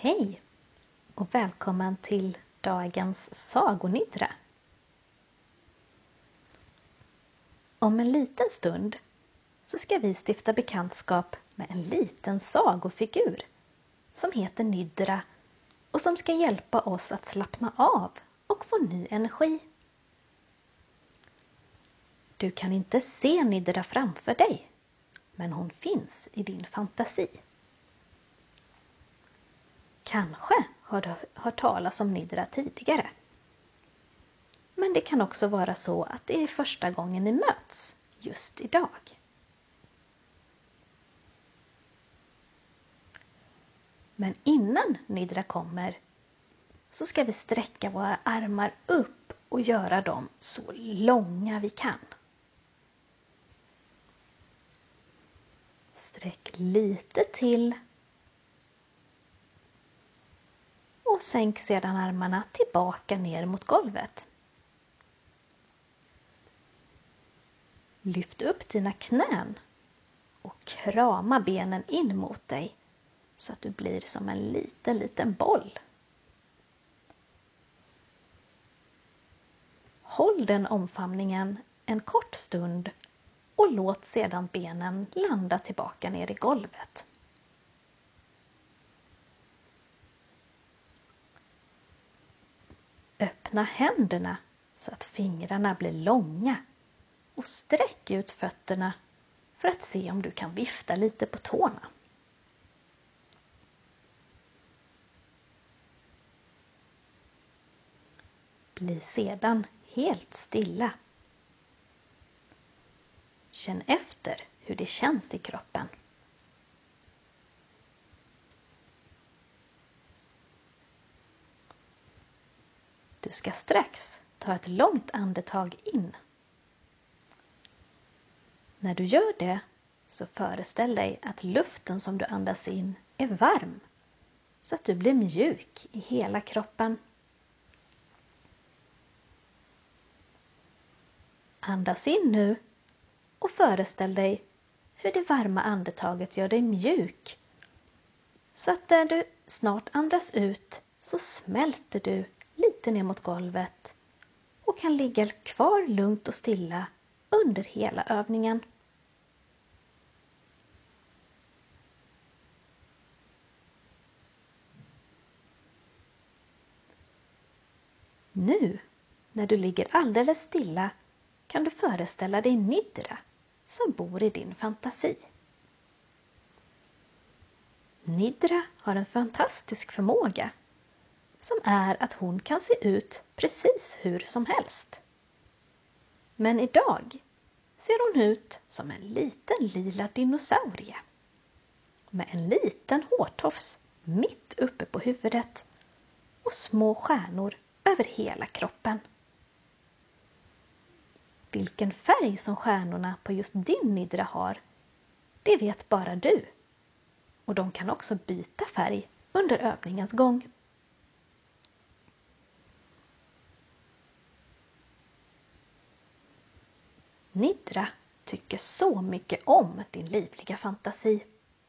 Hej och välkommen till dagens sagonidra. Om en liten stund så ska vi stifta bekantskap med en liten sagofigur som heter Nidra och som ska hjälpa oss att slappna av och få ny energi. Du kan inte se Nidra framför dig, men hon finns i din fantasi. Kanske har du hört talas om Nidra tidigare. Men det kan också vara så att det är första gången ni möts just idag. Men innan Nidra kommer så ska vi sträcka våra armar upp och göra dem så långa vi kan. Sträck lite till. Och sänk sedan armarna tillbaka ner mot golvet. Lyft upp dina knän och krama benen in mot dig så att du blir som en liten boll. Håll den omfamningen en kort stund och låt sedan benen landa tillbaka ner i golvet. Öppna händerna så att fingrarna blir långa och sträck ut fötterna för att se om du kan vifta lite på tårna. Bli sedan helt stilla. Känn efter hur det känns i kroppen. Du ska strax ta ett långt andetag in. När du gör det så föreställ dig att luften som du andas in är varm så att du blir mjuk i hela kroppen. Andas in nu och föreställ dig hur det varma andetaget gör dig mjuk så att när du snart andas ut så smälter du lite ner mot golvet och kan ligga kvar lugnt och stilla under hela övningen. Nu, när du ligger alldeles stilla, kan du föreställa dig Nidra som bor i din fantasi. Nidra har en fantastisk förmåga som är att hon kan se ut precis hur som helst. Men idag ser hon ut som en liten lila dinosaurie med en liten hårtofs mitt uppe på huvudet och små stjärnor över hela kroppen. Vilken färg som stjärnorna på just din Nidra har, det vet bara du. Och de kan också byta färg under övningens gång. Nidra tycker så mycket om din livliga fantasi.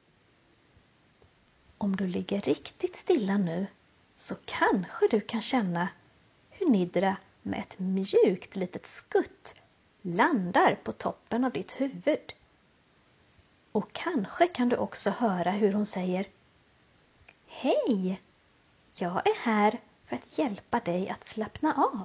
Om du ligger riktigt stilla nu så kanske du kan känna hur Nidra med ett mjukt litet skutt landar på toppen av ditt huvud. Och kanske kan du också höra hur hon säger: Hej! Jag är här för att hjälpa dig att slappna av.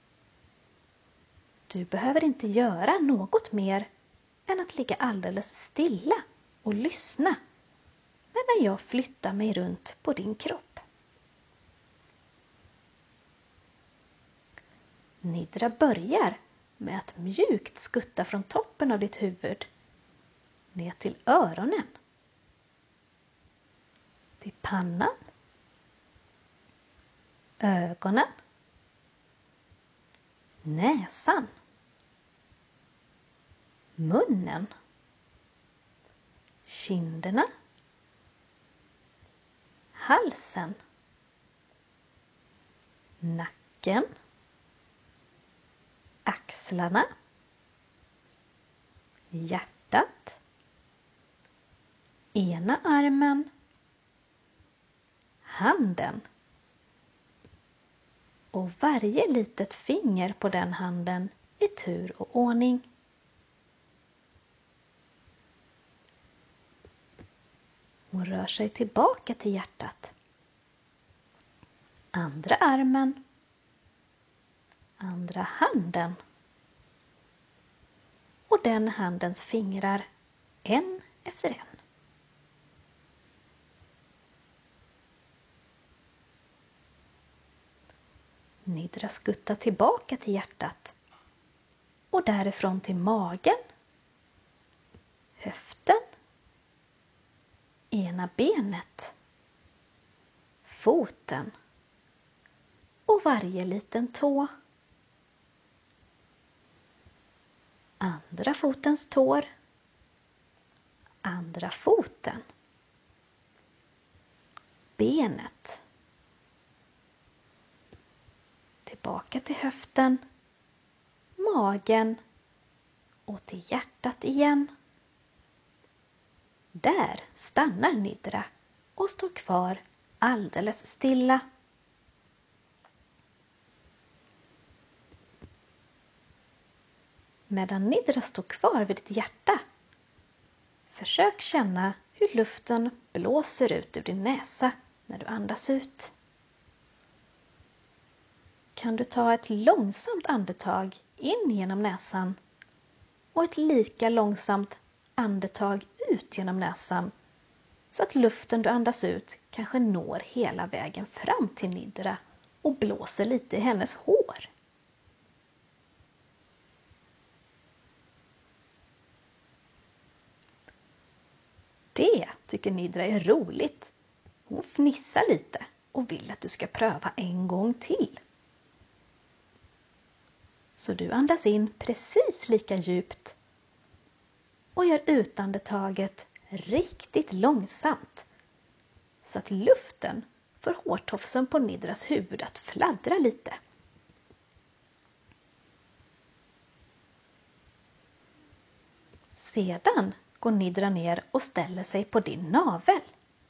Du behöver inte göra något mer än att ligga alldeles stilla och lyssna medan jag flyttar mig runt på din kropp. Nidra börjar med att mjukt skutta från toppen av ditt huvud ner till öronen, till pannan, ögonen, näsan, munnen, kinderna, halsen, nacken, axlarna, hjärtat, ena armen, handen. Och varje litet finger på den handen i tur och ordning. Hon rör sig tillbaka till hjärtat. Andra armen. Andra handen. Och den handens fingrar en efter en. Nidra skuttar tillbaka till hjärtat och därifrån till magen, höften, ena benet, foten och varje liten tå. Andra fotens tår, andra foten, benet, tillbaka till höften, magen och till hjärtat igen. Där stannar Nidra och står kvar alldeles stilla. Medan Nidra står kvar vid ditt hjärta, försök känna hur luften blåser ut ur din näsa när du andas ut. Kan du ta ett långsamt andetag in genom näsan och ett lika långsamt andetag ut genom näsan så att luften du andas ut kanske når hela vägen fram till Nidra och blåser lite i hennes hår. Det tycker Nidra är roligt. Hon fnissar lite och vill att du ska pröva en gång till. Så du andas in precis lika djupt och gör utandetaget riktigt långsamt så att luften får hårtofsen på Nidras huvud att fladdra lite. Sedan går Nidra ner och ställer sig på din navel.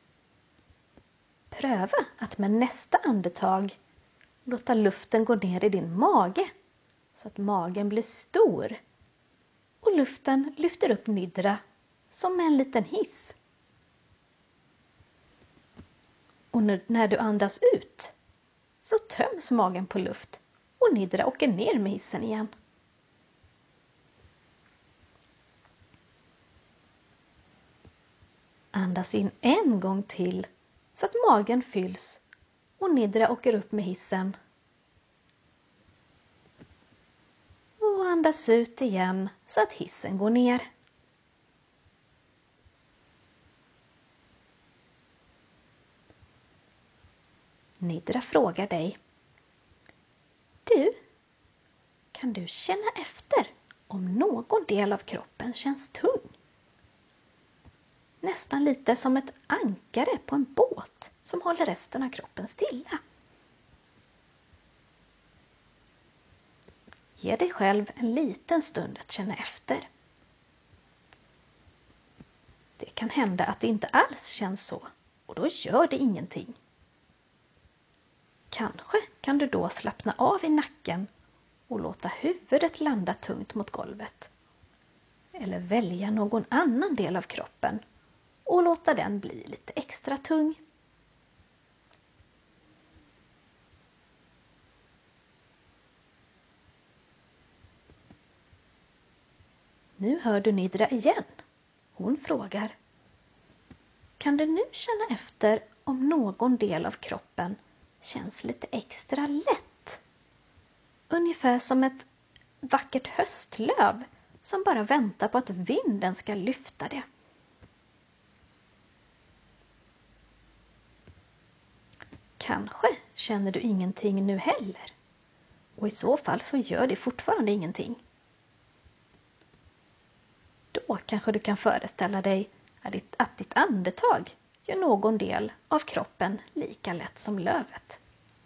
Pröva att med nästa andetag låta luften gå ner i din mage så att magen blir stor och luften lyfter upp Nidra som med en liten hiss. Och när du andas ut så töms magen på luft och Nidra åker ner med hissen igen. Andas in en gång till så att magen fylls och Nidra åker upp med hissen. Och andas ut igen så att hissen går ner. Nidra frågar dig. Du, kan du känna efter om någon del av kroppen känns tung? Nästan lite som ett ankare på en båt som håller resten av kroppen stilla. Ge dig själv en liten stund att känna efter. Det kan hända att det inte alls känns så och då gör det ingenting. Kanske kan du då slappna av i nacken och låta huvudet landa tungt mot golvet. Eller välja någon annan del av kroppen och låta den bli lite extra tung. Nu hör du Nidra igen. Hon frågar. Kan du nu känna efter om någon del av kroppen känns lite extra lätt? Ungefär som ett vackert höstlöv som bara väntar på att vinden ska lyfta det. Kanske känner du ingenting nu heller. Och i så fall så gör det fortfarande ingenting. Då kanske du kan föreställa dig att ditt andetag gör någon del av kroppen lika lätt som lövet.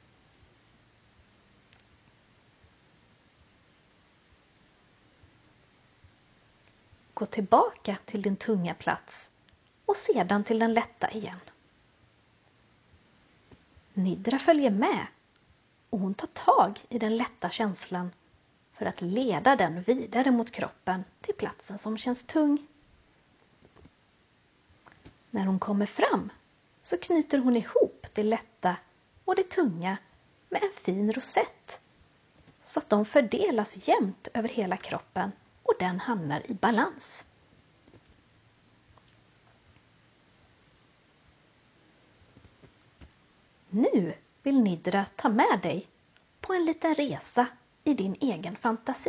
Gå tillbaka till din tunga plats och sedan till den lätta igen. Nidra följer med och hon tar tag i den lätta känslan för att leda den vidare mot kroppen till platsen som känns tung. När hon kommer fram så knyter hon ihop det lätta och det tunga med en fin rosett så att de fördelas jämnt över hela kroppen och den hamnar i balans. Nu vill Nidra ta med dig på en liten resa i din egen fantasi.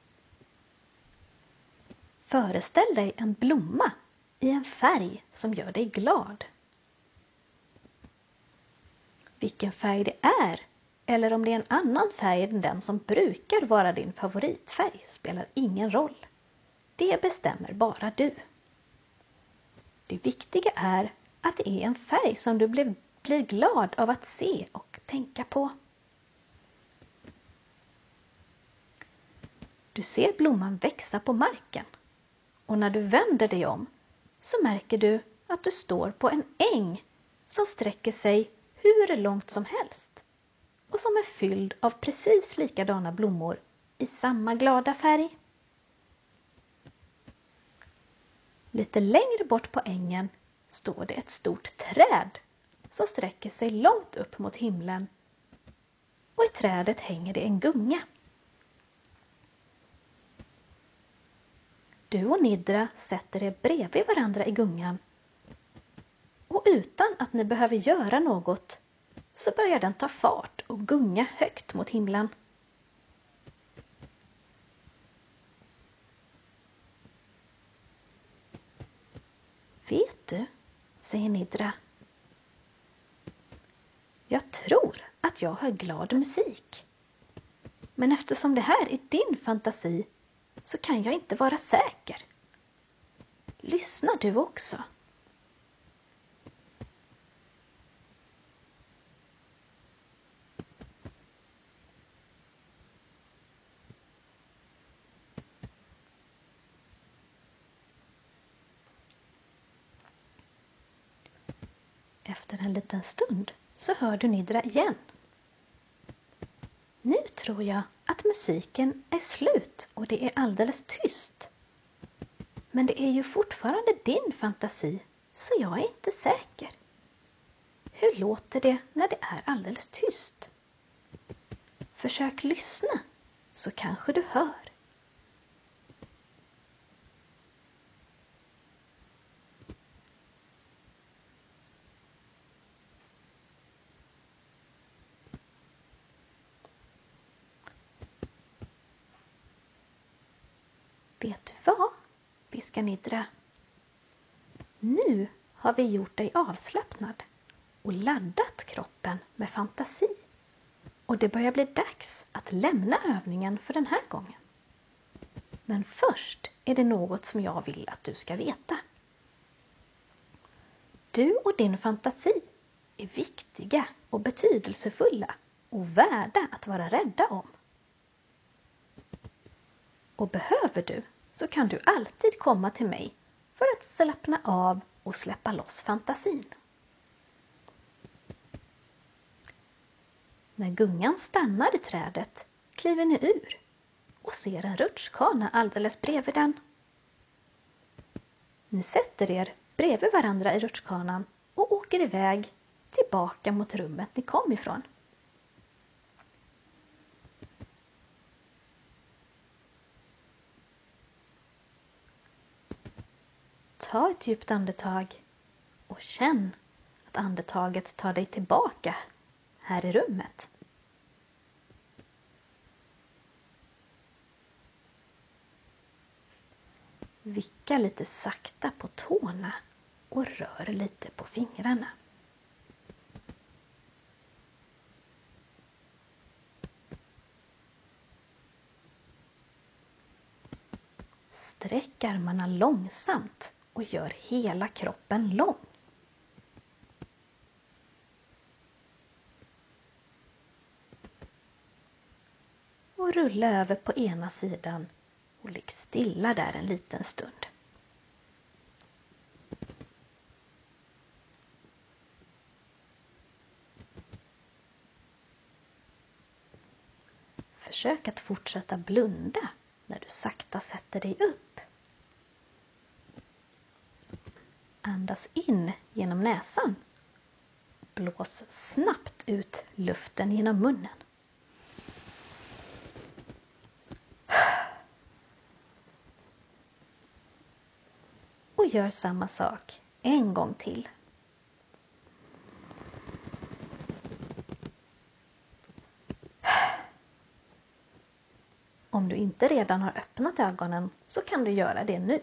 Föreställ dig en blomma i en färg som gör dig glad. Vilken färg det är, eller om det är en annan färg än den som brukar vara din favoritfärg, spelar ingen roll. Det bestämmer bara du. Det viktiga är att det är en färg som du blir glad av att se och tänka på. Du ser blomman växa på marken och när du vänder dig om så märker du att du står på en äng som sträcker sig hur långt som helst och som är fylld av precis likadana blommor i samma glada färg. Lite längre bort på ängen står det ett stort träd som sträcker sig långt upp mot himlen och i trädet hänger det en gunga. Du och Nidra sätter er bredvid varandra i gungan och utan att ni behöver göra något så börjar den ta fart och gunga högt mot himlen. Vet du, säger Nidra. Jag tror att jag hör glad musik. Men eftersom det här är din fantasi så kan jag inte vara säker. Lyssnar du också? Efter en liten stund så hör du Nidra igen. Nu tror jag att musiken är slut och det är alldeles tyst. Men det är ju fortfarande din fantasi så jag är inte säker. Hur låter det när det är alldeles tyst? Försök lyssna så kanske du hör. Vet du vad? Viskar Nidra. Nu har vi gjort dig avslappnad och laddat kroppen med fantasi. Och det börjar bli dags att lämna övningen för den här gången. Men först är det något som jag vill att du ska veta. Du och din fantasi är viktiga och betydelsefulla och värda att vara rädda om. Och behöver du så kan du alltid komma till mig för att slappna av och släppa loss fantasin. När gungan stannar i trädet kliver ni ur och ser en rutschkana alldeles bredvid den. Ni sätter er bredvid varandra i rutschkanan och åker iväg tillbaka mot rummet ni kom ifrån. Ta ett djupt andetag och känn att andetaget tar dig tillbaka här i rummet. Vicka lite sakta på tårna och rör lite på fingrarna. Sträck armarna långsamt och gör hela kroppen lång. Och rulla över på ena sidan och ligg stilla där en liten stund. försök att fortsätta blunda när du sakta sätter dig upp. Andas in genom näsan. Blås snabbt ut luften genom munnen. Och gör samma sak en gång till. Om du inte redan har öppnat ögonen så kan du göra det nu.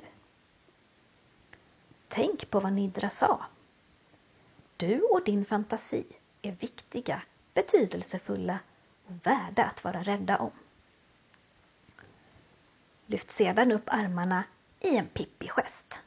Tänk på vad Nidra sa. Du och din fantasi är viktiga, betydelsefulla och värda att vara rädda om. Lyft sedan upp armarna i en Pippi-gest.